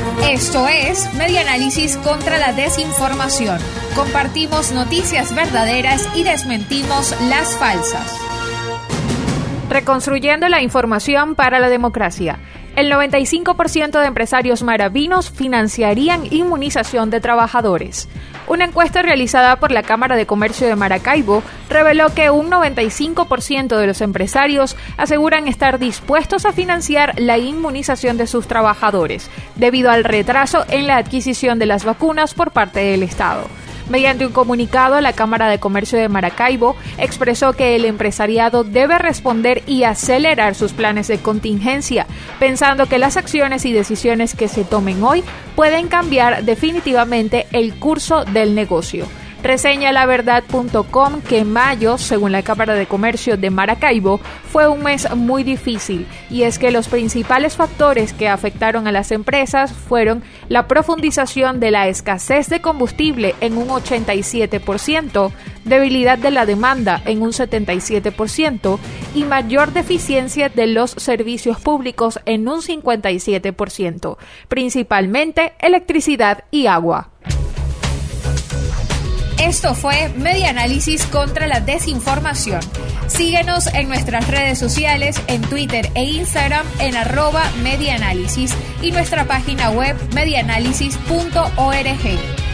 Esto es Medianálisis contra la desinformación. Compartimos noticias verdaderas y desmentimos las falsas. Reconstruyendo la información para la democracia. El 95% de empresarios maravinos financiarían inmunización de trabajadores. Una encuesta realizada por la Cámara de Comercio de Maracaibo reveló que un 95% de los empresarios aseguran estar dispuestos a financiar la inmunización de sus trabajadores, debido al retraso en la adquisición de las vacunas por parte del Estado. Mediante un comunicado, la Cámara de Comercio de Maracaibo expresó que el empresariado debe responder y acelerar sus planes de contingencia, pensando que las acciones y decisiones que se tomen hoy pueden cambiar definitivamente el curso del negocio. Reseña laverdad.com que mayo, según la Cámara de Comercio de Maracaibo, fue un mes muy difícil, y es que los principales factores que afectaron a las empresas fueron la profundización de la escasez de combustible en un 87%, debilidad de la demanda en un 77% y mayor deficiencia de los servicios públicos en un 57%, principalmente electricidad y agua. Esto fue Medianálisis contra la desinformación. Síguenos en nuestras redes sociales, en Twitter e Instagram en @medianálisis y nuestra página web medianálisis.org.